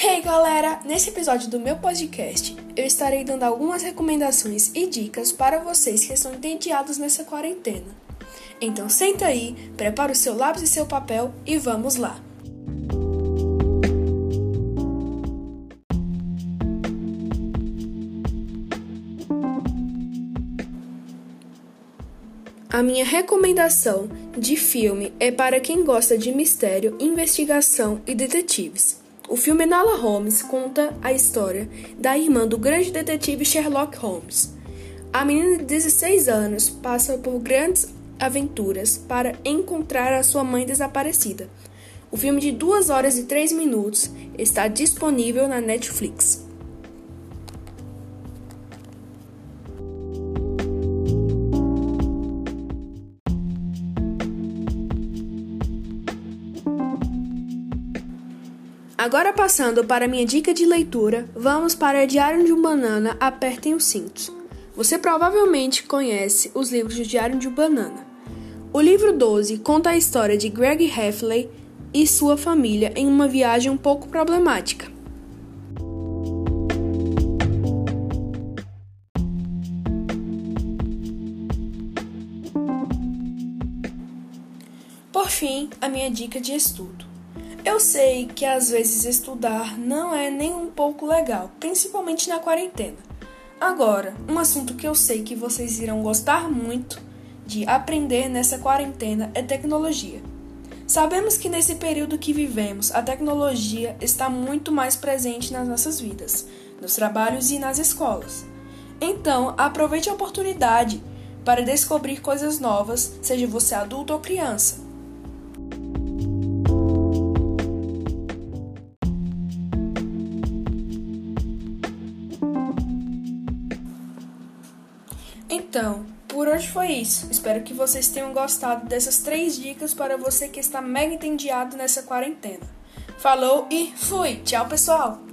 Hey galera! Nesse episódio do meu podcast, eu estarei dando algumas recomendações e dicas para vocês que estão entediados nessa quarentena. Então senta aí, prepara o seu lápis e seu papel e vamos lá! A minha recomendação de filme é para quem gosta de mistério, investigação e detetives. O filme Enola Holmes conta a história da irmã do grande detetive Sherlock Holmes. A menina de 16 anos passa por grandes aventuras para encontrar a sua mãe desaparecida. O filme de 2 horas e 3 minutos está disponível na Netflix. Agora passando para minha dica de leitura, vamos para Diário de um Banana, Apertem os Cintos. Você provavelmente conhece os livros de Diário de um Banana. O livro 12 conta a história de Greg Heffley e sua família em uma viagem um pouco problemática. Por fim, a minha dica de estudo. Eu sei que às vezes estudar não é nem um pouco legal, principalmente na quarentena. Agora, um assunto que eu sei que vocês irão gostar muito de aprender nessa quarentena é tecnologia. Sabemos que nesse período que vivemos, a tecnologia está muito mais presente nas nossas vidas, nos trabalhos e nas escolas. Então, aproveite a oportunidade para descobrir coisas novas, seja você adulto ou criança. Então, por hoje foi isso. Espero que vocês tenham gostado dessas 3 dicas para você que está mega entediado nessa quarentena. Falou e fui! Tchau, pessoal!